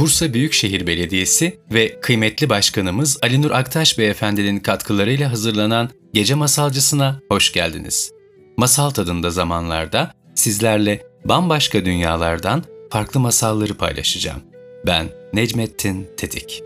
Bursa Büyükşehir Belediyesi ve kıymetli başkanımız Ali Nur Aktaş Beyefendi'nin katkılarıyla hazırlanan Gece Masalcısına hoş geldiniz. Masal tadında zamanlarda sizlerle bambaşka dünyalardan farklı masalları paylaşacağım. Ben Necmettin Tetik.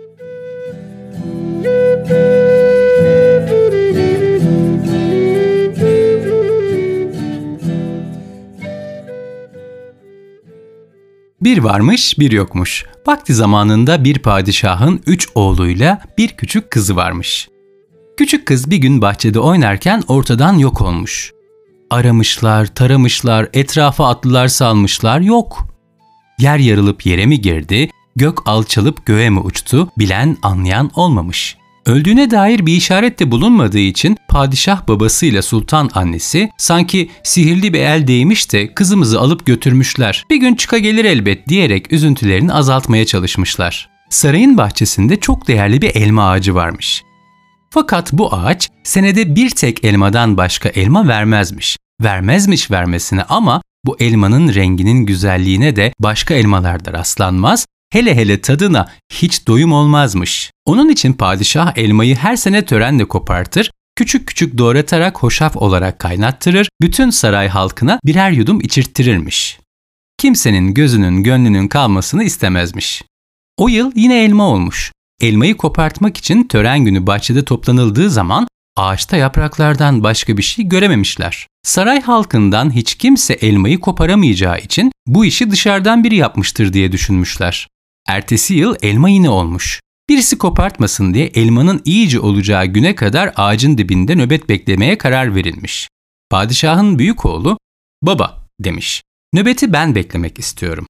Bir varmış, bir yokmuş. Vakti zamanında bir padişahın 3 oğluyla bir küçük kızı varmış. Küçük kız bir gün bahçede oynarken ortadan yok olmuş. Aramışlar, taramışlar, etrafa atlılar salmışlar, yok. Yer yarılıp yere mi girdi, gök alçalıp göğe mi uçtu, bilen anlayan olmamış. Öldüğüne dair bir işaret de bulunmadığı için padişah babasıyla sultan annesi sanki sihirli bir el değmiş de kızımızı alıp götürmüşler. Bir gün çıka gelir elbet diyerek üzüntülerini azaltmaya çalışmışlar. Sarayın bahçesinde çok değerli bir elma ağacı varmış. Fakat bu ağaç senede bir tek elmadan başka elma vermezmiş. Vermezmiş vermesine ama bu elmanın renginin güzelliğine de başka elmalarda rastlanmaz. Hele hele tadına hiç doyum olmazmış. Onun için padişah elmayı her sene törenle kopartır, küçük küçük doğratarak hoşaf olarak kaynattırır, bütün saray halkına birer yudum içirttirirmiş. Kimsenin gözünün gönlünün kalmasını istemezmiş. O yıl yine elma olmuş. Elmayı kopartmak için tören günü bahçede toplanıldığı zaman ağaçta yapraklardan başka bir şey görememişler. Saray halkından hiç kimse elmayı koparamayacağı için bu işi dışarıdan biri yapmıştır diye düşünmüşler. Ertesi yıl elma yine olmuş. Birisi kopartmasın diye elmanın iyice olacağı güne kadar ağacın dibinde nöbet beklemeye karar verilmiş. Padişahın büyük oğlu, "Baba," demiş, "nöbeti ben beklemek istiyorum."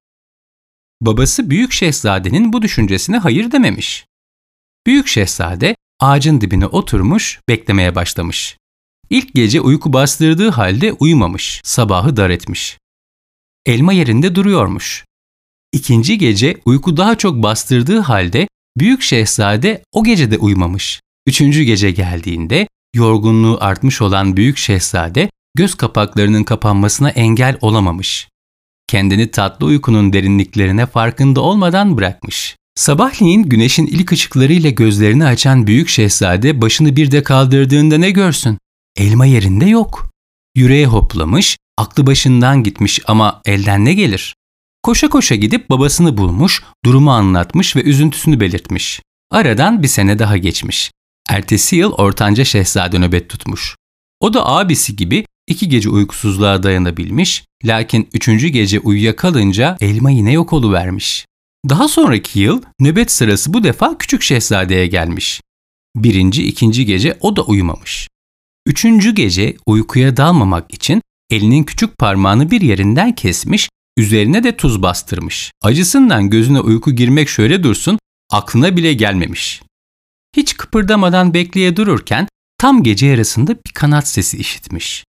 Babası Büyük Şehzade'nin bu düşüncesine hayır dememiş. Büyük Şehzade ağacın dibine oturmuş, beklemeye başlamış. İlk gece uyku bastırdığı halde uyumamış, sabahı dar etmiş. Elma yerinde duruyormuş. İkinci gece uyku daha çok bastırdığı halde Büyük Şehzade o gece de uyumamış. Üçüncü gece geldiğinde yorgunluğu artmış olan Büyük Şehzade göz kapaklarının kapanmasına engel olamamış. Kendini tatlı uykunun derinliklerine farkında olmadan bırakmış. Sabahleyin güneşin ilk ışıklarıyla gözlerini açan Büyük Şehzade başını bir de kaldırdığında ne görsün? Elma yerinde yok. Yüreği hoplamış, aklı başından gitmiş ama elden ne gelir? Koşa koşa gidip babasını bulmuş, durumu anlatmış ve üzüntüsünü belirtmiş. Aradan bir sene daha geçmiş. Ertesi yıl ortanca şehzade nöbet tutmuş. O da abisi gibi 2 gece uykusuzluğa dayanabilmiş, lakin 3. gece uyuyakalınca elma yine yok oluvermiş. Daha sonraki yıl nöbet sırası bu defa küçük şehzadeye gelmiş. 1. 2. gece o da uyumamış. 3. gece uykuya dalmamak için elinin küçük parmağını bir yerinden kesmiş, üzerine de tuz bastırmış. Acısından gözüne uyku girmek şöyle dursun, aklına bile gelmemiş. Hiç kıpırdamadan bekleye dururken tam gece yarısında bir kanat sesi işitmiş.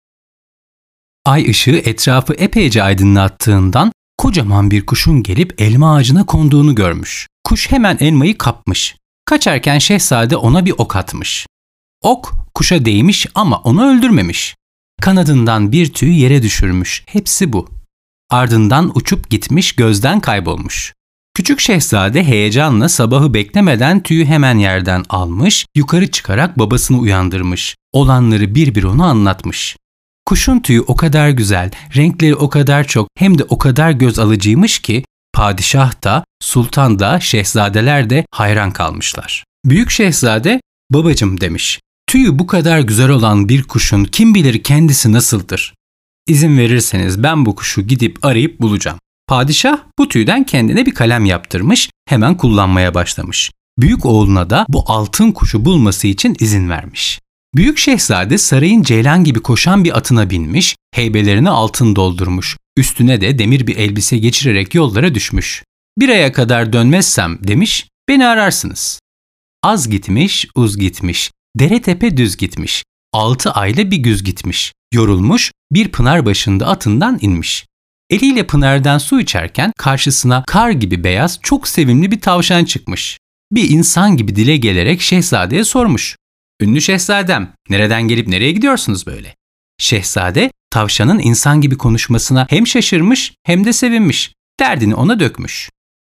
Ay ışığı etrafı epeyce aydınlattığından kocaman bir kuşun gelip elma ağacına konduğunu görmüş. Kuş hemen elmayı kapmış. Kaçarken şehzade ona bir ok atmış. Ok kuşa değmiş ama onu öldürmemiş. Kanadından bir tüy yere düşürmüş. Hepsi bu. Ardından uçup gitmiş, gözden kaybolmuş. Küçük şehzade heyecanla sabahı beklemeden tüyü hemen yerden almış, yukarı çıkarak babasını uyandırmış. Olanları bir bir ona anlatmış. Kuşun tüyü o kadar güzel, renkleri o kadar çok hem de o kadar göz alıcıymış ki padişah da, sultan da, şehzadeler de hayran kalmışlar. Büyük şehzade, "Babacım," demiş, "tüyü bu kadar güzel olan bir kuşun kim bilir kendisi nasıldır? İzin verirseniz ben bu kuşu gidip arayıp bulacağım." Padişah bu tüyden kendine bir kalem yaptırmış, hemen kullanmaya başlamış. Büyük oğluna da bu altın kuşu bulması için izin vermiş. Büyük şehzade sarayın ceylan gibi koşan bir atına binmiş, heybelerine altın doldurmuş, üstüne de demir bir elbise geçirerek yollara düşmüş. "Bir aya kadar dönmezsem," demiş, "beni ararsınız." Az gitmiş, uz gitmiş, dere tepe düz gitmiş, 6 ayla bir güz gitmiş. Yorulmuş, bir pınar başında atından inmiş. Eliyle pınardan su içerken karşısına kar gibi beyaz, çok sevimli bir tavşan çıkmış. Bir insan gibi dile gelerek şehzadeye sormuş. "Ünlü şehzadem, nereden gelip nereye gidiyorsunuz böyle?" Şehzade, tavşanın insan gibi konuşmasına hem şaşırmış hem de sevinmiş. Derdini ona dökmüş.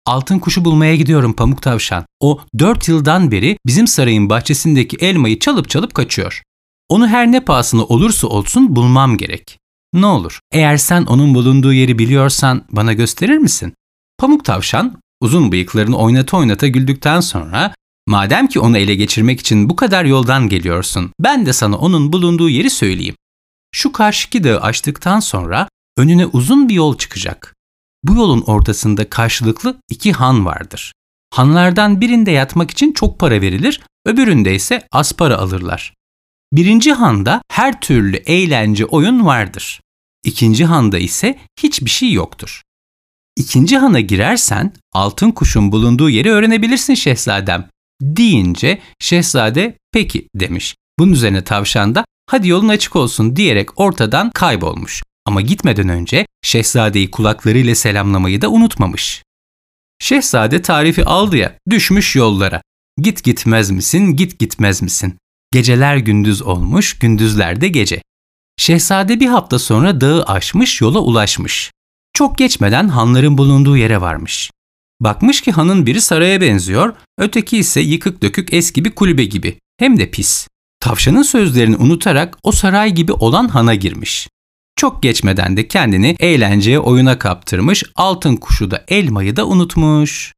Altın kuşu bulmaya gidiyorum Pamuk Tavşan. O 4 yıldan beri bizim sarayın bahçesindeki elmayı çalıp çalıp kaçıyor. Onu her ne pahasına olursa olsun bulmam gerek. Ne olur, eğer sen onun bulunduğu yeri biliyorsan bana gösterir misin? Pamuk Tavşan uzun bıyıklarını oynata oynata güldükten sonra, madem ki onu ele geçirmek için bu kadar yoldan geliyorsun, ben de sana onun bulunduğu yeri söyleyeyim. Şu karşıki dağı aştıktan sonra önüne uzun bir yol çıkacak. Bu yolun ortasında karşılıklı 2 han vardır. Hanlardan birinde yatmak için çok para verilir, öbüründe ise az para alırlar. Birinci handa her türlü eğlence oyun vardır. İkinci handa ise hiçbir şey yoktur. İkinci hana girersen altın kuşun bulunduğu yeri öğrenebilirsin şehzadem, deyince şehzade peki demiş. Bunun üzerine tavşan da hadi yolun açık olsun diyerek ortadan kaybolmuş. Ama gitmeden önce şehzadeyi kulaklarıyla selamlamayı da unutmamış. Şehzade tarifi aldı ya, düşmüş yollara. Git gitmez misin, git gitmez misin? Geceler gündüz olmuş, gündüzler de gece. Şehzade bir hafta sonra dağı aşmış, yola ulaşmış. Çok geçmeden hanların bulunduğu yere varmış. Bakmış ki hanın biri saraya benziyor, öteki ise yıkık dökük eski bir kulübe gibi. Hem de pis. Tavşanın sözlerini unutarak o saray gibi olan hana girmiş. Çok geçmeden de kendini eğlenceye, oyuna kaptırmış, altın kuşu da elmayı da unutmuş.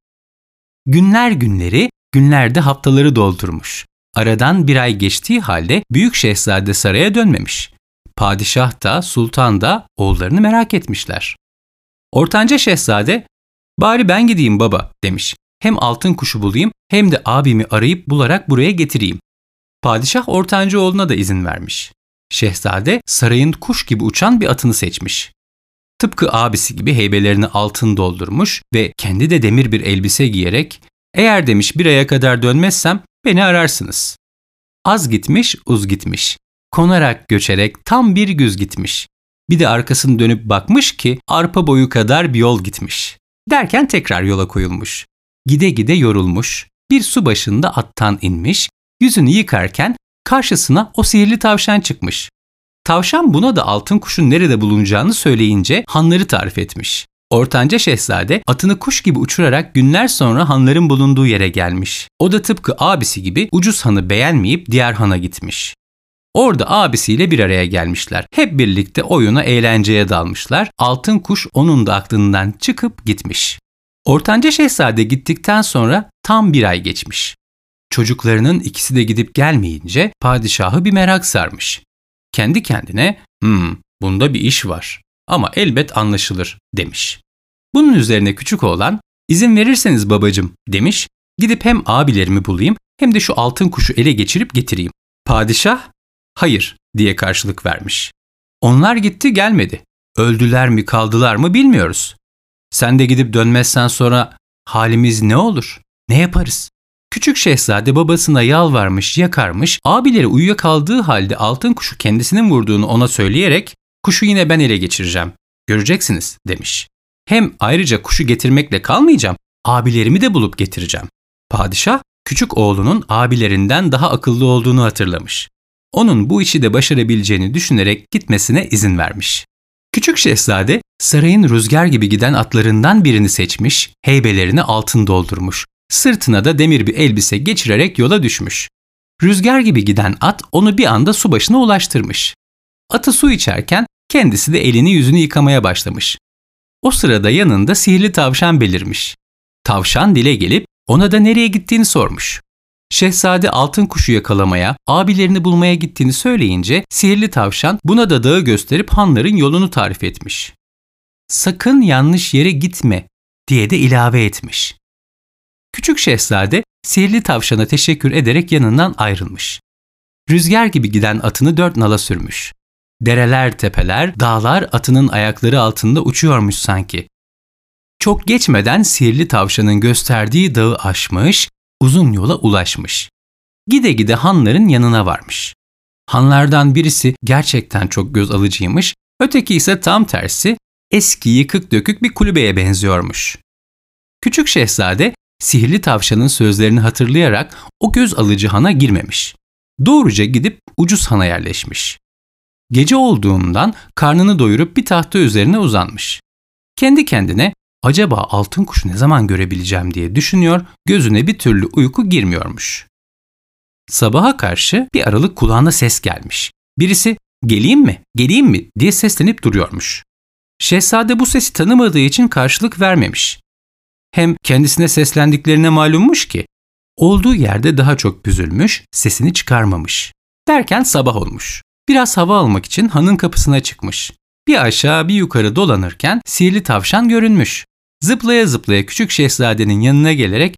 Günler günleri, günler de haftaları doldurmuş. Aradan 1 ay geçtiği halde büyük şehzade saraya dönmemiş. Padişah da, sultan da oğullarını merak etmişler. Ortanca şehzade, bari ben gideyim baba demiş. Hem altın kuşu bulayım hem de abimi arayıp bularak buraya getireyim. Padişah ortanca oğluna da izin vermiş. Şehzade sarayın kuş gibi uçan bir atını seçmiş. Tıpkı abisi gibi heybelerini altın doldurmuş ve kendi de demir bir elbise giyerek, eğer demiş 1 aya kadar dönmezsem beni ararsınız. Az gitmiş, uz gitmiş. Konarak göçerek tam bir güz gitmiş. Bir de arkasını dönüp bakmış ki arpa boyu kadar bir yol gitmiş. Derken tekrar yola koyulmuş. Gide gide yorulmuş. Bir su başında attan inmiş. Yüzünü yıkarken karşısına o sihirli tavşan çıkmış. Tavşan buna da altın kuşun nerede bulunacağını söyleyince hanları tarif etmiş. Ortanca şehzade atını kuş gibi uçurarak günler sonra hanların bulunduğu yere gelmiş. O da tıpkı abisi gibi ucuz hanı beğenmeyip diğer hana gitmiş. Orada abisiyle bir araya gelmişler. Hep birlikte oyuna, eğlenceye dalmışlar. Altın kuş onun da aklından çıkıp gitmiş. Ortanca şehzade gittikten sonra tam 1 ay geçmiş. Çocuklarının ikisi de gidip gelmeyince padişahı bir merak sarmış. Kendi kendine, bunda bir iş var ama elbet anlaşılır demiş. Bunun üzerine küçük oğlan, izin verirseniz babacığım demiş, gidip hem abilerimi bulayım hem de şu altın kuşu ele geçirip getireyim. Padişah, hayır diye karşılık vermiş. Onlar gitti gelmedi. Öldüler mi kaldılar mı bilmiyoruz. Sen de gidip dönmezsen sonra halimiz ne olur? Ne yaparız? Küçük şehzade babasına yalvarmış, yakarmış, abileri uyuyakaldığı halde altın kuşu kendisinin vurduğunu ona söyleyerek kuşu yine ben ele geçireceğim, göreceksiniz demiş. Hem ayrıca kuşu getirmekle kalmayacağım, abilerimi de bulup getireceğim. Padişah küçük oğlunun abilerinden daha akıllı olduğunu hatırlamış. Onun bu işi de başarabileceğini düşünerek gitmesine izin vermiş. Küçük şehzade sarayın rüzgar gibi giden atlarından birini seçmiş, heybelerini altın doldurmuş. Sırtına da demir bir elbise geçirerek yola düşmüş. Rüzgar gibi giden at onu bir anda su başına ulaştırmış. Atı su içerken kendisi de elini yüzünü yıkamaya başlamış. O sırada yanında sihirli tavşan belirmiş. Tavşan dile gelip ona da nereye gittiğini sormuş. Şehzade altın kuşu yakalamaya, abilerini bulmaya gittiğini söyleyince sihirli tavşan buna da dağı gösterip hanların yolunu tarif etmiş. Sakın yanlış yere gitme diye de ilave etmiş. Küçük şehzade sihirli tavşana teşekkür ederek yanından ayrılmış. Rüzgar gibi giden atını 4 nala sürmüş. Dereler, tepeler, dağlar atının ayakları altında uçuyormuş sanki. Çok geçmeden sihirli tavşanın gösterdiği dağı aşmış, uzun yola ulaşmış. Gide gide hanların yanına varmış. Hanlardan birisi gerçekten çok göz alıcıymış, öteki ise tam tersi eski yıkık dökük bir kulübeye benziyormuş. Küçük şehzade sihirli tavşanın sözlerini hatırlayarak o göz alıcı hana girmemiş. Doğruca gidip ucuz hana yerleşmiş. Gece olduğundan karnını doyurup bir tahta üzerine uzanmış. Kendi kendine Acaba altın kuşu ne zaman görebileceğim diye düşünüyor, gözüne bir türlü uyku girmiyormuş. Sabaha karşı bir aralık kulağına ses gelmiş. Birisi geleyim mi diye seslenip duruyormuş. Şehzade bu sesi tanımadığı için karşılık vermemiş. Hem kendisine seslendiklerine malummuş ki. Olduğu yerde daha çok büzülmüş, sesini çıkarmamış. Derken sabah olmuş. Biraz hava almak için hanın kapısına çıkmış. Bir aşağı bir yukarı dolanırken sihirli tavşan görünmüş. Zıplaya zıplaya küçük şehzadenin yanına gelerek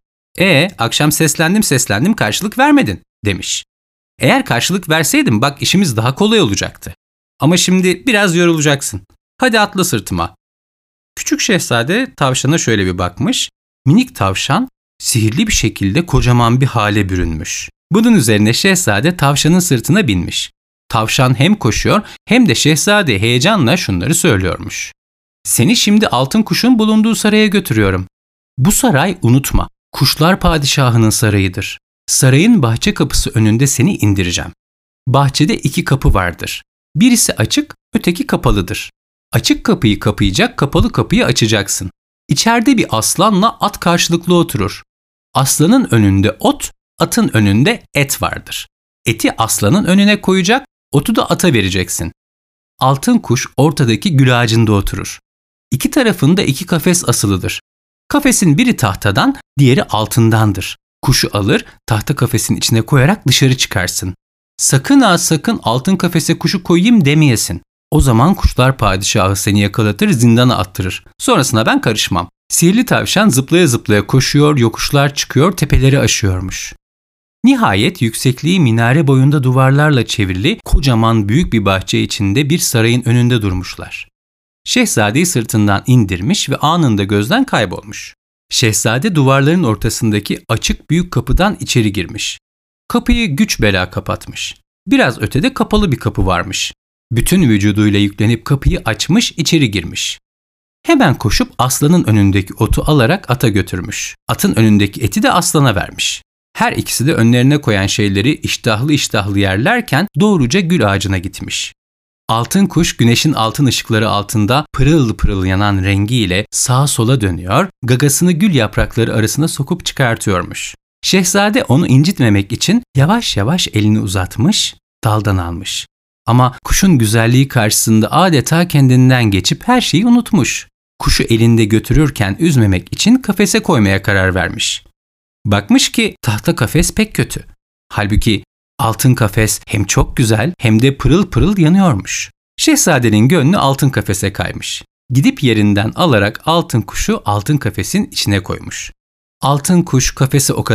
akşam seslendim karşılık vermedin demiş. Eğer karşılık verseydim bak işimiz daha kolay olacaktı. Ama şimdi biraz yorulacaksın. Hadi atla sırtıma. Küçük şehzade tavşana şöyle bir bakmış. Minik tavşan sihirli bir şekilde kocaman bir hale bürünmüş. Bunun üzerine şehzade tavşanın sırtına binmiş. Tavşan hem koşuyor hem de şehzade heyecanla şunları söylüyormuş. Seni şimdi altın kuşun bulunduğu saraya götürüyorum. Bu saray unutma, kuşlar padişahının sarayıdır. Sarayın bahçe kapısı önünde seni indireceğim. Bahçede 2 kapı vardır. Birisi açık, öteki kapalıdır. Açık kapıyı kapayacak, kapalı kapıyı açacaksın. İçeride bir aslanla at karşılıklı oturur. Aslanın önünde ot, atın önünde et vardır. Eti aslanın önüne koyacak, otu da ata vereceksin. Altın kuş ortadaki gül ağacında oturur. 2 tarafında 2 kafes asılıdır. Kafesin biri tahtadan, diğeri altındandır. Kuşu alır, tahta kafesin içine koyarak dışarı çıkarsın. Sakın ha sakın altın kafese kuşu koyayım demeyesin. O zaman kuşlar padişahı seni yakalatır, zindana attırır. Sonrasına ben karışmam. Sihirli tavşan zıplaya zıplaya koşuyor, yokuşlar çıkıyor, tepeleri aşıyormuş. Nihayet yüksekliği minare boyunda duvarlarla çevrili kocaman büyük bir bahçe içinde bir sarayın önünde durmuşlar. Şehzadeyi sırtından indirmiş ve anında gözden kaybolmuş. Şehzade duvarların ortasındaki açık büyük kapıdan içeri girmiş. Kapıyı güç bela kapatmış. Biraz ötede kapalı bir kapı varmış. Bütün vücuduyla yüklenip kapıyı açmış, içeri girmiş. Hemen koşup aslanın önündeki otu alarak ata götürmüş. Atın önündeki eti de aslana vermiş. Her ikisi de önlerine koyan şeyleri iştahlı iştahlı yerlerken doğruca gül ağacına gitmiş. Altın kuş güneşin altın ışıkları altında pırıl pırıl yanan rengiyle sağa sola dönüyor, gagasını gül yaprakları arasına sokup çıkartıyormuş. Şehzade onu incitmemek için yavaş yavaş elini uzatmış, daldan almış. Ama kuşun güzelliği karşısında adeta kendinden geçip her şeyi unutmuş. Kuşu elinde götürürken üzmemek için kafese koymaya karar vermiş. Bakmış ki tahta kafes pek kötü. Halbuki altın kafes hem çok güzel hem de pırıl pırıl yanıyormuş. Şehzadenin gönlü altın kafese kaymış. Gidip yerinden alarak altın kuşu altın kafesin içine koymuş. Altın kuş kafese o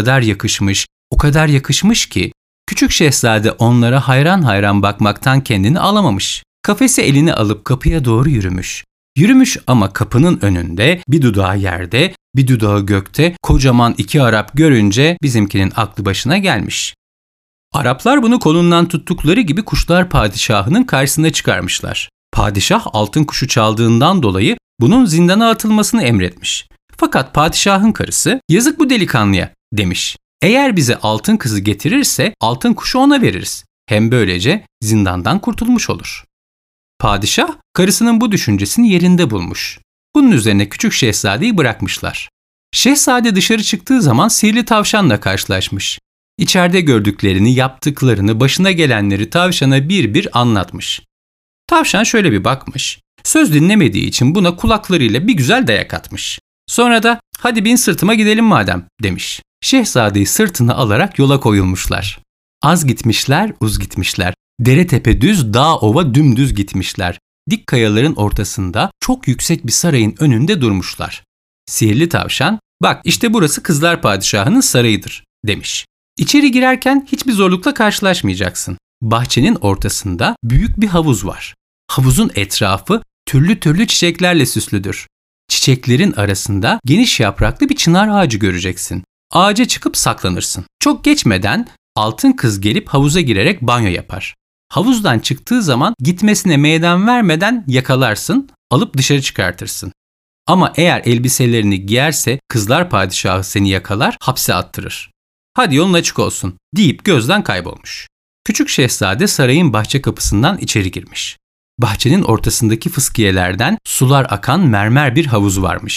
kadar yakışmış ki küçük şehzade onlara hayran hayran bakmaktan kendini alamamış. Kafesi eline alıp kapıya doğru yürümüş. Yürümüş ama kapının önünde bir dudağı yerde, bir dudağı gökte kocaman 2 Arap görünce bizimkinin aklı başına gelmiş. Araplar bunu kolundan tuttukları gibi kuşlar padişahının karşısına çıkarmışlar. Padişah altın kuşu çaldığından dolayı bunun zindana atılmasını emretmiş. Fakat padişahın karısı yazık bu delikanlıya demiş. Eğer bize altın kızı getirirse altın kuşu ona veririz. Hem böylece zindandan kurtulmuş olur. Padişah karısının bu düşüncesini yerinde bulmuş. Bunun üzerine küçük şehzadeyi bırakmışlar. Şehzade dışarı çıktığı zaman sihirli tavşanla karşılaşmış. İçeride gördüklerini, yaptıklarını, başına gelenleri tavşana bir bir anlatmış. Tavşan şöyle bir bakmış. Söz dinlemediği için buna kulaklarıyla bir güzel dayak atmış. Sonra da hadi bin sırtıma gidelim madem demiş. Şehzadeyi sırtına alarak yola koyulmuşlar. Az gitmişler, uz gitmişler. Dere tepe düz, dağ ova dümdüz gitmişler. Dik kayaların ortasında çok yüksek bir sarayın önünde durmuşlar. Sihirli tavşan, bak işte burası Kızlar Padişahı'nın sarayıdır demiş. İçeri girerken hiçbir zorlukla karşılaşmayacaksın. Bahçenin ortasında büyük bir havuz var. Havuzun etrafı türlü türlü çiçeklerle süslüdür. Çiçeklerin arasında geniş yapraklı bir çınar ağacı göreceksin. Ağaca çıkıp saklanırsın. Çok geçmeden altın kız gelip havuza girerek banyo yapar. Havuzdan çıktığı zaman gitmesine meydan vermeden yakalarsın, alıp dışarı çıkartırsın. Ama eğer elbiselerini giyerse Kızlar Padişahı seni yakalar, hapse attırır. Hadi yolun açık olsun deyip gözden kaybolmuş. Küçük şehzade sarayın bahçe kapısından içeri girmiş. Bahçenin ortasındaki fıskiyelerden sular akan mermer bir havuz varmış.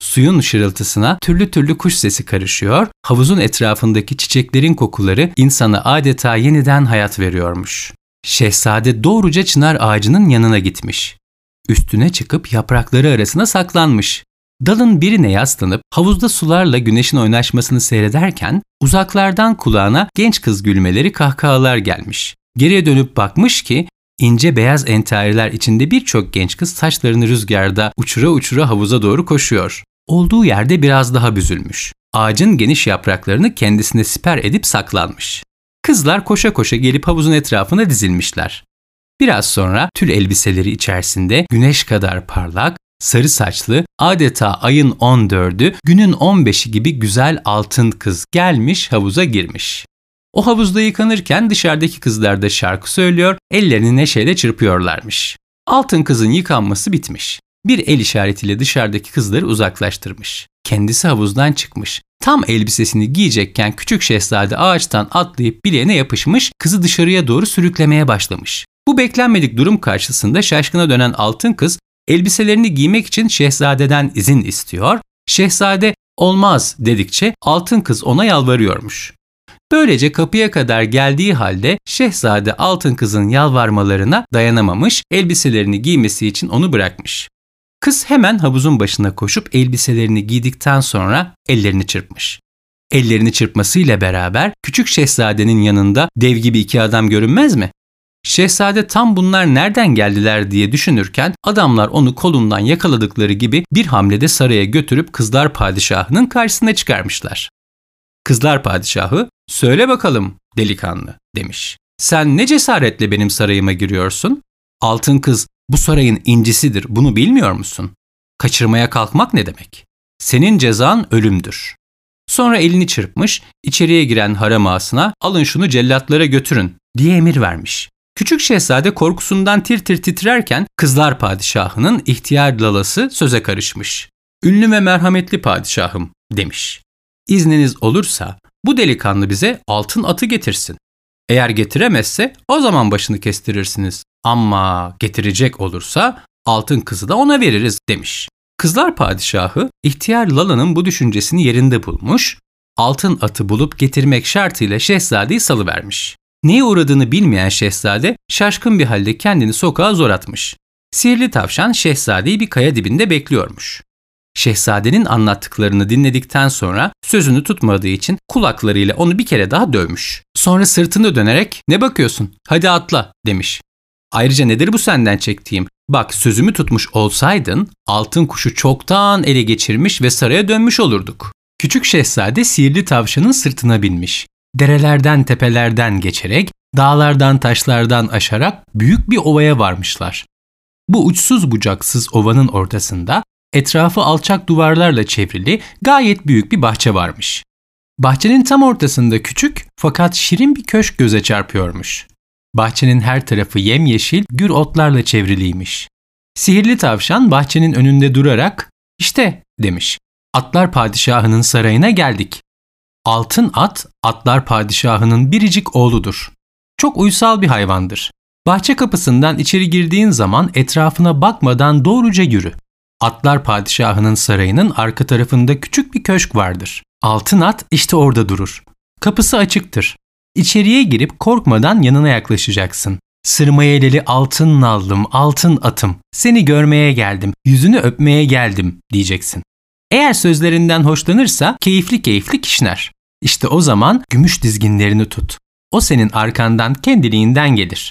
Suyun şırıltısına türlü türlü kuş sesi karışıyor, havuzun etrafındaki çiçeklerin kokuları insana adeta yeniden hayat veriyormuş. Şehzade doğruca çınar ağacının yanına gitmiş. Üstüne çıkıp yaprakları arasına saklanmış. Dalın birine yaslanıp havuzda sularla güneşin oynaşmasını seyrederken uzaklardan kulağına genç kız gülmeleri, kahkahalar gelmiş. Geriye dönüp bakmış ki ince beyaz entariler içinde birçok genç kız saçlarını rüzgarda uçura uçura havuza doğru koşuyor. Olduğu yerde biraz daha büzülmüş. Ağacın geniş yapraklarını kendisine siper edip saklanmış. Kızlar koşa koşa gelip havuzun etrafına dizilmişler. Biraz sonra tül elbiseleri içerisinde güneş kadar parlak, sarı saçlı, adeta ayın 14'ü, günün 15'i gibi güzel altın kız gelmiş havuza girmiş. O havuzda yıkanırken dışarıdaki kızlar da şarkı söylüyor, ellerini neşeyle çırpıyorlarmış. Altın kızın yıkanması bitmiş. Bir el işaretiyle dışarıdaki kızları uzaklaştırmış. Kendisi havuzdan çıkmış. Tam elbisesini giyecekken küçük şehzade ağaçtan atlayıp bileğine yapışmış, kızı dışarıya doğru sürüklemeye başlamış. Bu beklenmedik durum karşısında şaşkına dönen altın kız elbiselerini giymek için şehzadeden izin istiyor. Şehzade olmaz dedikçe altın kız ona yalvarıyormuş. Böylece kapıya kadar geldiği halde şehzade altın kızın yalvarmalarına dayanamamış, elbiselerini giymesi için onu bırakmış. Kız hemen havuzun başına koşup elbiselerini giydikten sonra ellerini çırpmış. Ellerini çırpmasıyla beraber küçük şehzadenin yanında dev gibi iki adam görünmez mi? Şehzade tam bunlar nereden geldiler diye düşünürken adamlar onu kolundan yakaladıkları gibi bir hamlede saraya götürüp Kızlar Padişahı'nın karşısına çıkarmışlar. Kızlar Padişahı, "Söyle bakalım delikanlı," demiş. "Sen ne cesaretle benim sarayıma giriyorsun? Altın kız bu sarayın incisidir, bunu bilmiyor musun? Kaçırmaya kalkmak ne demek? Senin cezan ölümdür." Sonra elini çırpmış, içeriye giren harem ağasına "Alın şunu cellatlara götürün," diye emir vermiş. Küçük şehzade korkusundan tir tir titrerken Kızlar Padişahı'nın ihtiyar lalası söze karışmış. "Ünlü ve merhametli padişahım," demiş. "İzniniz olursa bu delikanlı bize altın atı getirsin. Eğer getiremezse o zaman başını kestirirsiniz. Ama getirecek olursa altın kızı da ona veririz," demiş. Kızlar Padişahı ihtiyar lalanın bu düşüncesini yerinde bulmuş, altın atı bulup getirmek şartıyla şehzadeyi salıvermiş. Neye uğradığını bilmeyen şehzade şaşkın bir halde kendini sokağa zor atmış. Sihirli tavşan şehzadeyi bir kaya dibinde bekliyormuş. Şehzadenin anlattıklarını dinledikten sonra sözünü tutmadığı için kulaklarıyla onu bir kere daha dövmüş. Sonra sırtını dönerek "Ne bakıyorsun? Hadi atla," demiş. "Ayrıca nedir bu senden çektiğim? Bak, sözümü tutmuş olsaydın altın kuşu çoktan ele geçirmiş ve saraya dönmüş olurduk." Küçük şehzade sihirli tavşanın sırtına binmiş. Derelerden tepelerden geçerek, dağlardan taşlardan aşarak büyük bir ovaya varmışlar. Bu uçsuz bucaksız ovanın ortasında etrafı alçak duvarlarla çevrili gayet büyük bir bahçe varmış. Bahçenin tam ortasında küçük fakat şirin bir köşk göze çarpıyormuş. Bahçenin her tarafı yemyeşil gür otlarla çevriliymiş. Sihirli tavşan bahçenin önünde durarak "İşte," demiş, "Atlar Padişahı'nın sarayına geldik. Altın at, Atlar Padişahı'nın biricik oğludur. Çok uysal bir hayvandır. Bahçe kapısından içeri girdiğin zaman etrafına bakmadan doğruca yürü. Atlar Padişahı'nın sarayının arka tarafında küçük bir köşk vardır. Altın at işte orada durur. Kapısı açıktır. İçeriye girip korkmadan yanına yaklaşacaksın. Sırmayeleli altın nallım, altın atım, seni görmeye geldim, yüzünü öpmeye geldim," diyeceksin. Eğer sözlerinden hoşlanırsa keyifli keyifli kişner. İşte o zaman gümüş dizginlerini tut. O senin arkandan kendiliğinden gelir.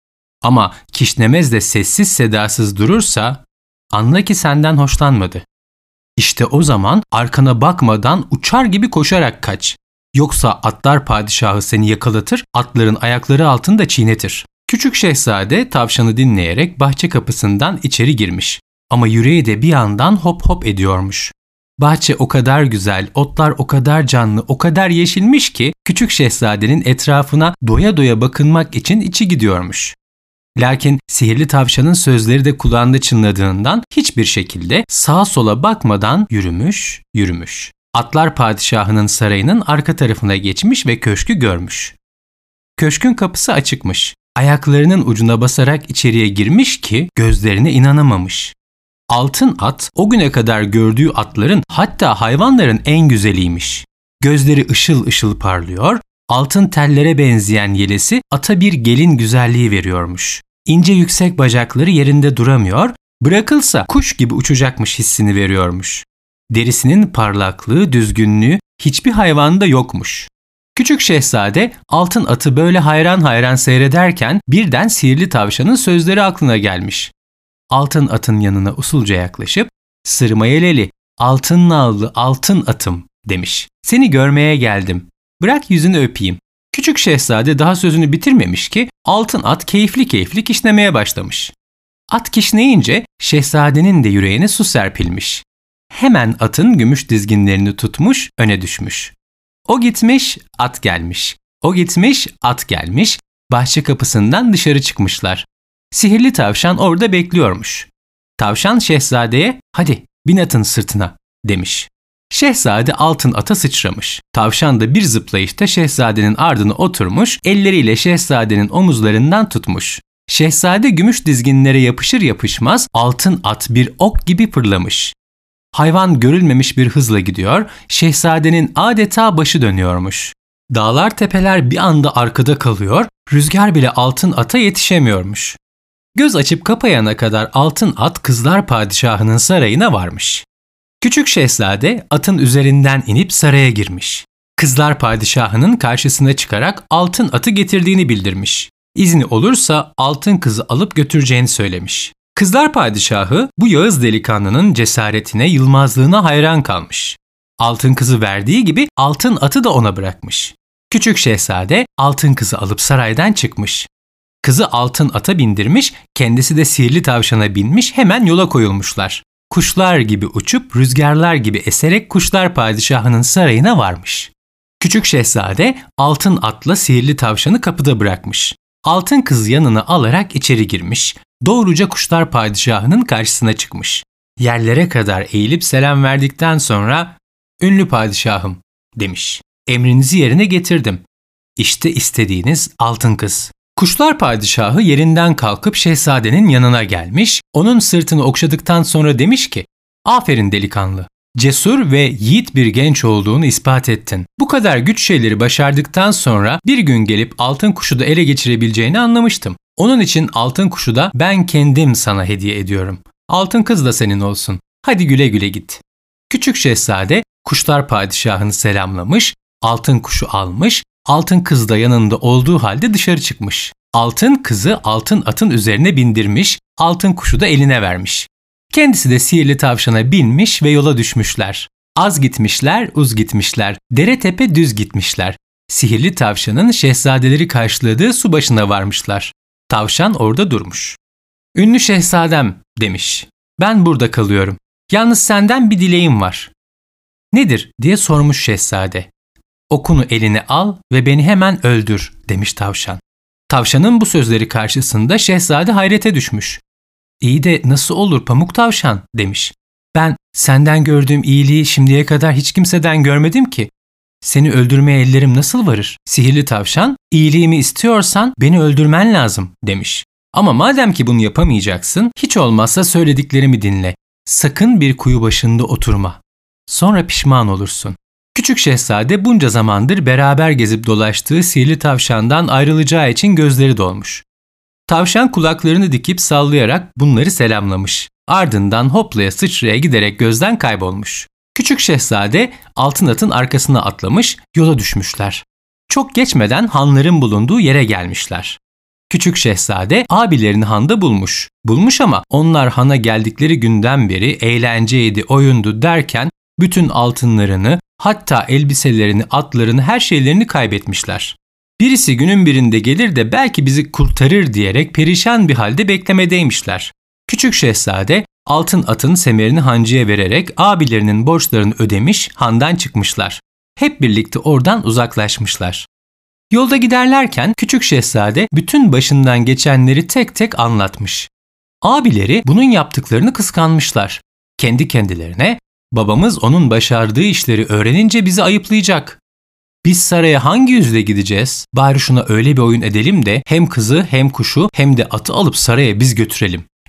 Ama kişnemez de sessiz sedasız durursa anla ki senden hoşlanmadı. İşte o zaman arkana bakmadan uçar gibi koşarak kaç. Yoksa Atlar Padişahı seni yakalatır, atların ayakları altında çiğnetir. Küçük şehzade tavşanı dinleyerek bahçe kapısından içeri girmiş. Ama yüreği de bir yandan hop hop ediyormuş. Bahçe o kadar güzel, otlar o kadar canlı, o kadar yeşilmiş ki küçük şehzadenin etrafına doya doya bakınmak için içi gidiyormuş. Lakin sihirli tavşanın sözleri de kulağında çınladığından hiçbir şekilde sağa sola bakmadan yürümüş. Atlar Padişahı'nın sarayının arka tarafına geçmiş ve köşkü görmüş. Köşkün kapısı açıkmış. Ayaklarının ucuna basarak içeriye girmiş ki gözlerine inanamamış. Altın at o güne kadar gördüğü atların, hatta hayvanların en güzeliymiş. Gözleri ışıl ışıl parlıyor, altın tellere benzeyen yelesi ata bir gelin güzelliği veriyormuş. İnce yüksek bacakları yerinde duramıyor, bırakılsa kuş gibi uçacakmış hissini veriyormuş. Derisinin parlaklığı, düzgünlüğü hiçbir hayvanda yokmuş. Küçük şehzade altın atı böyle hayran hayran seyrederken birden sihirli tavşanın sözleri aklına gelmiş. Altın atın yanına usulca yaklaşıp "Sırma yeleli, altın nallı altın atım" demiş. "Seni görmeye geldim. Bırak yüzünü öpeyim." Küçük şehzade daha sözünü bitirmemiş ki altın at keyifli keyifli kişnemeye başlamış. At kişneyince şehzadenin de yüreğine su serpilmiş. Hemen atın gümüş dizginlerini tutmuş, öne düşmüş. O gitmiş, at gelmiş. O gitmiş, at gelmiş. Bahçe kapısından dışarı çıkmışlar. Sihirli tavşan orada bekliyormuş. Tavşan şehzadeye "Hadi bin atın sırtına" demiş. Şehzade altın ata sıçramış. Tavşan da bir zıplayışta şehzadenin ardına oturmuş, elleriyle şehzadenin omuzlarından tutmuş. Şehzade gümüş dizginlere yapışır yapışmaz altın at bir ok gibi fırlamış. Hayvan görülmemiş bir hızla gidiyor, şehzadenin adeta başı dönüyormuş. Dağlar tepeler bir anda arkada kalıyor, rüzgar bile altın ata yetişemiyormuş. Göz açıp kapayana kadar altın at Kızlar Padişahı'nın sarayına varmış. Küçük şehzade atın üzerinden inip saraya girmiş. Kızlar Padişahı'nın karşısına çıkarak altın atı getirdiğini bildirmiş. İzni olursa altın kızı alıp götüreceğini söylemiş. Kızlar Padişahı bu Yağız delikanlının cesaretine, yılmazlığına hayran kalmış. Altın kızı verdiği gibi altın atı da ona bırakmış. Küçük şehzade altın kızı alıp saraydan çıkmış. Kızı altın ata bindirmiş, kendisi de sihirli tavşana binmiş, hemen yola koyulmuşlar. Kuşlar gibi uçup rüzgarlar gibi eserek Kuşlar Padişahı'nın sarayına varmış. Küçük şehzade altın atla sihirli tavşanı kapıda bırakmış. Altın kız yanına alarak içeri girmiş. Doğruca Kuşlar Padişahı'nın karşısına çıkmış. Yerlere kadar eğilip selam verdikten sonra "Ünlü padişahım" demiş. "Emrinizi yerine getirdim. İşte istediğiniz altın kız." Kuşlar Padişahı yerinden kalkıp şehzadenin yanına gelmiş, onun sırtını okşadıktan sonra demiş ki "Aferin delikanlı. Cesur ve yiğit bir genç olduğunu ispat ettin. Bu kadar güç şeyleri başardıktan sonra bir gün gelip altın kuşu da ele geçirebileceğini anlamıştım. Onun için altın kuşu da ben kendim sana hediye ediyorum. Altın kız da senin olsun. Hadi güle güle git." Küçük şehzade Kuşlar Padişahı'nı selamlamış, altın kuşu almış, altın kız da yanında olduğu halde dışarı çıkmış. Altın kızı altın atın üzerine bindirmiş, altın kuşu da eline vermiş. Kendisi de sihirli tavşana binmiş ve yola düşmüşler. Az gitmişler, uz gitmişler, dere tepe düz gitmişler. Sihirli tavşanın şehzadeleri karşıladığı su başına varmışlar. Tavşan orada durmuş. "Ünlü şehzadem" demiş. "Ben burada kalıyorum. Yalnız senden bir dileğim var." "Nedir?" diye sormuş şehzade. "Okunu eline al ve beni hemen öldür" demiş tavşan. Tavşanın bu sözleri karşısında şehzade hayrete düşmüş. "İyi de nasıl olur Pamuk Tavşan?" demiş. "Ben senden gördüğüm iyiliği şimdiye kadar hiç kimseden görmedim ki. Seni öldürmeye ellerim nasıl varır?" Sihirli tavşan, "İyiliğimi istiyorsan beni öldürmen lazım" demiş. "Ama madem ki bunu yapamayacaksın, hiç olmazsa söylediklerimi dinle. Sakın bir kuyu başında oturma. Sonra pişman olursun." Küçük şehzade bunca zamandır beraber gezip dolaştığı sihirli tavşandan ayrılacağı için gözleri dolmuş. Tavşan kulaklarını dikip sallayarak bunları selamlamış. Ardından hoplaya sıçraya giderek gözden kaybolmuş. Küçük şehzade altın atın arkasına atlamış, yola düşmüşler. Çok geçmeden hanların bulunduğu yere gelmişler. Küçük şehzade abilerini handa bulmuş. Bulmuş ama onlar hana geldikleri günden beri eğlenceydi, oyundu derken bütün altınlarını, hatta elbiselerini, atlarını, her şeylerini kaybetmişler. Birisi günün birinde gelir de belki bizi kurtarır diyerek perişan bir halde beklemedeymişler. Küçük şehzade altın atın semerini hancıya vererek abilerinin borçlarını ödemiş, handan çıkmışlar. Hep birlikte oradan uzaklaşmışlar. Yolda giderlerken küçük şehzade bütün başından geçenleri tek tek anlatmış. Abileri bunun yaptıklarını kıskanmışlar. Kendi kendilerine "Babamız onun başardığı işleri öğrenince bizi ayıplayacak. Biz saraya hangi yüzle gideceğiz? Bari şuna öyle bir oyun edelim de hem kızı hem kuşu hem de atı alıp saraya biz götürelim"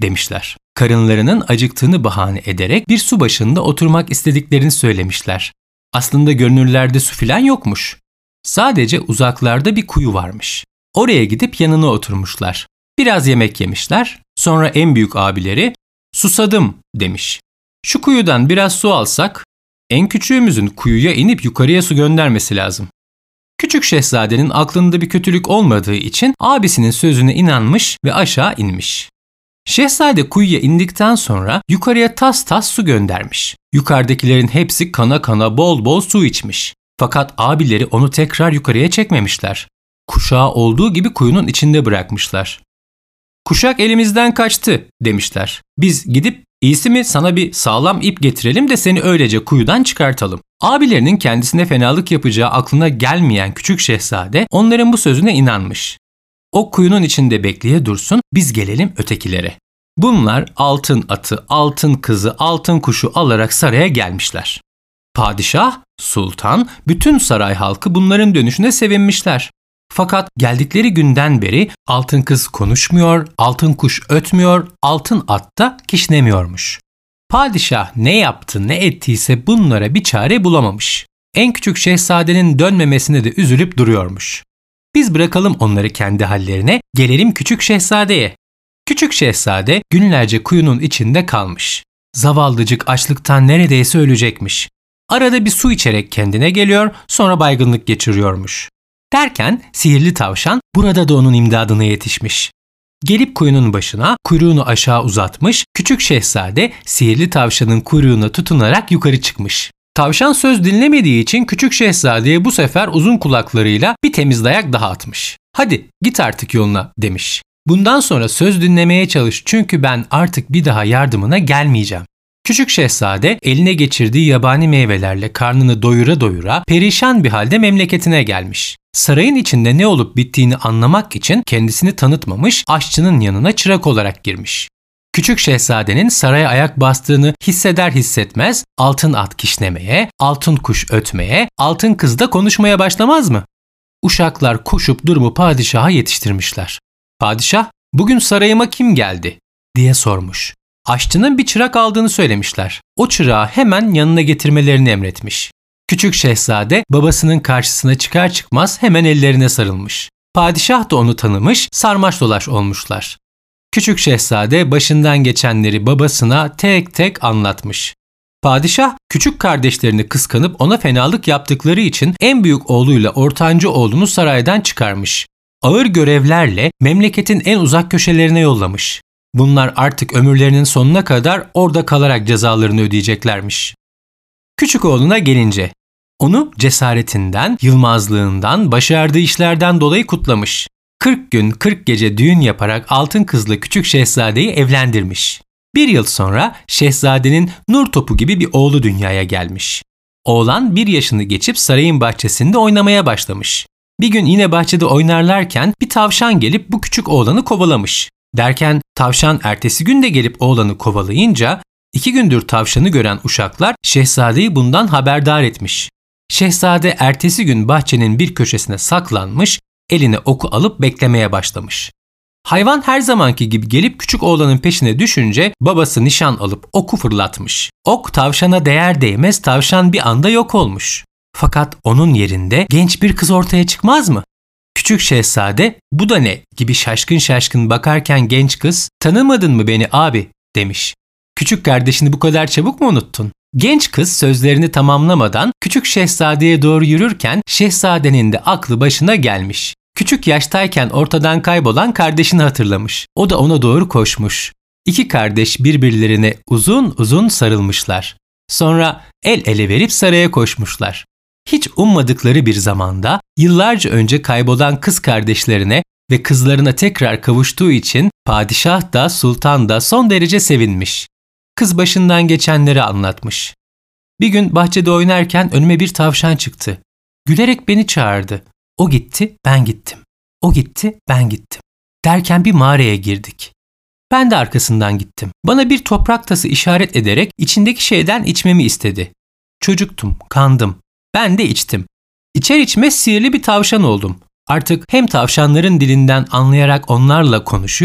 demişler. Karınlarının acıktığını bahane ederek bir su başında oturmak istediklerini söylemişler. Aslında görünürlerde su filan yokmuş. Sadece uzaklarda bir kuyu varmış. Oraya gidip yanına oturmuşlar. Biraz yemek yemişler. Sonra en büyük abileri "Susadım" demiş. "Şu kuyudan biraz su alsak." En küçüğümüzün kuyuya inip yukarıya su göndermesi lazım. Küçük şehzadenin aklında bir kötülük olmadığı için abisinin sözüne inanmış ve aşağı inmiş. Şehzade kuyuya indikten sonra yukarıya tas tas su göndermiş. Yukarıdakilerin hepsi kana kana bol bol su içmiş. Fakat abileri onu tekrar yukarıya çekmemişler. Kuşağı olduğu gibi kuyunun içinde bırakmışlar. "Kuşak elimizden kaçtı" demişler. "Biz gidip iyisi mi sana bir sağlam ip getirelim de seni öylece kuyudan çıkartalım." Abilerinin kendisine fenalık yapacağı aklına gelmeyen küçük şehzade onların bu sözüne inanmış. "O kuyunun içinde bekleye dursun, biz gelelim ötekilere." Bunlar altın atı, altın kızı, altın kuşu alarak saraya gelmişler. Padişah, sultan, bütün saray halkı bunların dönüşüne sevinmişler. Fakat geldikleri günden beri altın kız konuşmuyor, altın kuş ötmüyor, altın at da kişnemiyormuş. Padişah ne yaptı ne ettiyse bunlara bir çare bulamamış. En küçük şehzadenin dönmemesine de üzülüp duruyormuş. Biz bırakalım onları kendi hallerine, gelelim küçük şehzadeye. Küçük şehzade günlerce kuyunun içinde kalmış. Zavallıcık açlıktan neredeyse ölecekmiş. Arada bir su içerek kendine geliyor, sonra baygınlık geçiriyormuş. Derken sihirli tavşan burada da onun imdadına yetişmiş. Gelip kuyunun başına kuyruğunu aşağı uzatmış, küçük şehzade sihirli tavşanın kuyruğuna tutunarak yukarı çıkmış. Tavşan söz dinlemediği için küçük şehzadeye bu sefer uzun kulaklarıyla bir temiz dayak daha atmış. "Hadi git artık yoluna" demiş. "Bundan sonra söz dinlemeye çalış çünkü ben artık bir daha yardımına gelmeyeceğim." Küçük şehzade eline geçirdiği yabani meyvelerle karnını doyura doyura perişan bir halde memleketine gelmiş. Sarayın içinde ne olup bittiğini anlamak için kendisini tanıtmamış, aşçının yanına çırak olarak girmiş. Küçük şehzadenin saraya ayak bastığını hisseder hissetmez altın at kişnemeye, altın kuş ötmeye, altın kız da konuşmaya başlamaz mı? Uşaklar koşup durumu padişaha yetiştirmişler. Padişah, "Bugün sarayıma kim geldi?" diye sormuş. Aşçının bir çırak aldığını söylemişler. O çırağı hemen yanına getirmelerini emretmiş. Küçük şehzade babasının karşısına çıkar çıkmaz hemen ellerine sarılmış. Padişah da onu tanımış, sarmaş dolaş olmuşlar. Küçük şehzade başından geçenleri babasına tek tek anlatmış. Padişah küçük kardeşlerini kıskanıp ona fenalık yaptıkları için en büyük oğluyla ortancı oğlunu saraydan çıkarmış. Ağır görevlerle memleketin en uzak köşelerine yollamış. Bunlar artık ömürlerinin sonuna kadar orada kalarak cezalarını ödeyeceklermiş. Küçük oğluna gelince, onu cesaretinden, yılmazlığından, başardığı işlerden dolayı kutlamış. 40 gün 40 gece düğün yaparak altın kızla küçük şehzadeyi evlendirmiş. Bir yıl sonra şehzadenin nur topu gibi bir oğlu dünyaya gelmiş. Oğlan 1 yaşını geçip sarayın bahçesinde oynamaya başlamış. Bir gün yine bahçede oynarlarken bir tavşan gelip bu küçük oğlanı kovalamış. Derken tavşan ertesi gün de gelip oğlanı kovalayınca 2 gündür tavşanı gören uşaklar şehzadeyi bundan haberdar etmiş. Şehzade ertesi gün bahçenin bir köşesine saklanmış, eline oku alıp beklemeye başlamış. Hayvan her zamanki gibi gelip küçük oğlanın peşine düşünce babası nişan alıp oku fırlatmış. Ok tavşana değer değmez tavşan bir anda yok olmuş. Fakat onun yerinde genç bir kız ortaya çıkmaz mı? Küçük şehzade "Bu da ne?" gibi şaşkın şaşkın bakarken genç kız "Tanımadın mı beni abi?" demiş. "Küçük kardeşini bu kadar çabuk mu unuttun?" Genç kız sözlerini tamamlamadan küçük şehzadeye doğru yürürken şehzadenin de aklı başına gelmiş. Küçük yaştayken ortadan kaybolan kardeşini hatırlamış. O da ona doğru koşmuş. 2 kardeş birbirlerine uzun uzun sarılmışlar. Sonra el ele verip saraya koşmuşlar. Hiç ummadıkları bir zamanda yıllarca önce kaybolan kız kardeşlerine ve kızlarına tekrar kavuştuğu için padişah da sultan da son derece sevinmiş. Kız başından geçenleri anlatmış. "Bir gün bahçede oynarken önüme bir tavşan çıktı. Gülerek beni çağırdı. O gitti, ben gittim. O gitti, ben gittim. Derken bir mağaraya girdik. Ben de arkasından gittim. Bana bir toprak tası işaret ederek içindeki şeyden içmemi istedi. Çocuktum, kandım. Ben de içtim. İçer içmez sihirli bir tavşan oldum. Artık hem tavşanların dilinden anlayarak onlarla konuşuyor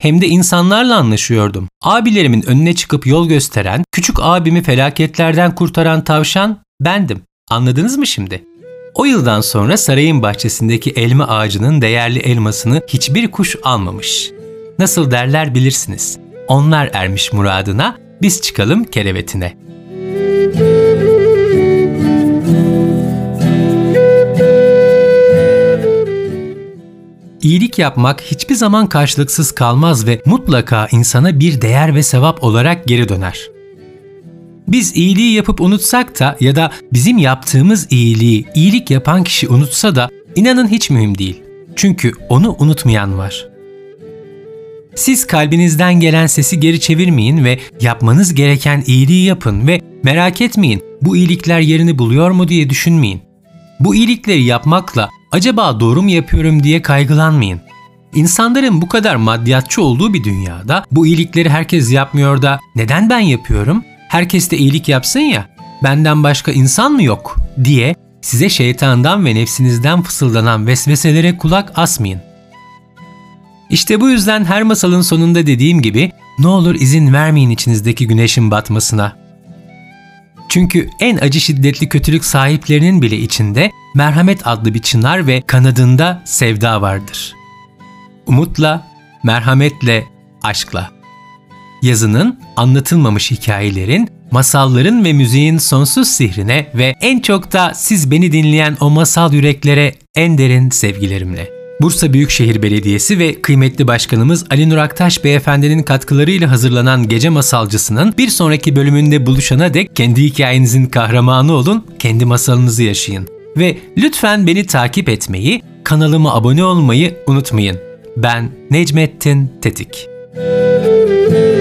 hem de insanlarla anlaşıyordum. Abilerimin önüne çıkıp yol gösteren, küçük abimi felaketlerden kurtaran tavşan bendim. Anladınız mı şimdi? O yıldan sonra sarayın bahçesindeki elma ağacının değerli elmasını hiçbir kuş almamış. Nasıl derler bilirsiniz. Onlar ermiş muradına, biz çıkalım kerevetine. İyilik yapmak hiçbir zaman karşılıksız kalmaz ve mutlaka insana bir değer ve sevap olarak geri döner. Biz iyiliği yapıp unutsak da ya da bizim yaptığımız iyiliği iyilik yapan kişi unutsa da inanın hiç mühim değil. Çünkü onu unutmayan var. Siz kalbinizden gelen sesi geri çevirmeyin ve yapmanız gereken iyiliği yapın ve merak etmeyin bu iyilikler yerini buluyor mu diye düşünmeyin. Bu iyilikleri yapmakla acaba doğru mu yapıyorum diye kaygılanmayın. İnsanların bu kadar maddiyatçı olduğu bir dünyada bu iyilikleri herkes yapmıyor da neden ben yapıyorum? Herkes de iyilik yapsın ya, benden başka insan mı yok diye size şeytandan ve nefsinizden fısıldanan vesveselere kulak asmayın. İşte bu yüzden her masalın sonunda dediğim gibi ne olur izin vermeyin içinizdeki güneşin batmasına. Çünkü en acı şiddetli kötülük sahiplerinin bile içinde merhamet adlı bir çınar ve kanadında sevda vardır. Umutla, merhametle, aşkla. Yazının, anlatılmamış hikayelerin, masalların ve müziğin sonsuz sihrine ve en çok da siz beni dinleyen o masal yüreklere en derin sevgilerimle. Bursa Büyükşehir Belediyesi ve kıymetli başkanımız Ali Nur Aktaş Beyefendinin katkılarıyla hazırlanan Gece Masalcısı'nın bir sonraki bölümünde buluşana dek kendi hikayenizin kahramanı olun, kendi masalınızı yaşayın. Ve lütfen beni takip etmeyi, kanalıma abone olmayı unutmayın. Ben Necmettin Tetik.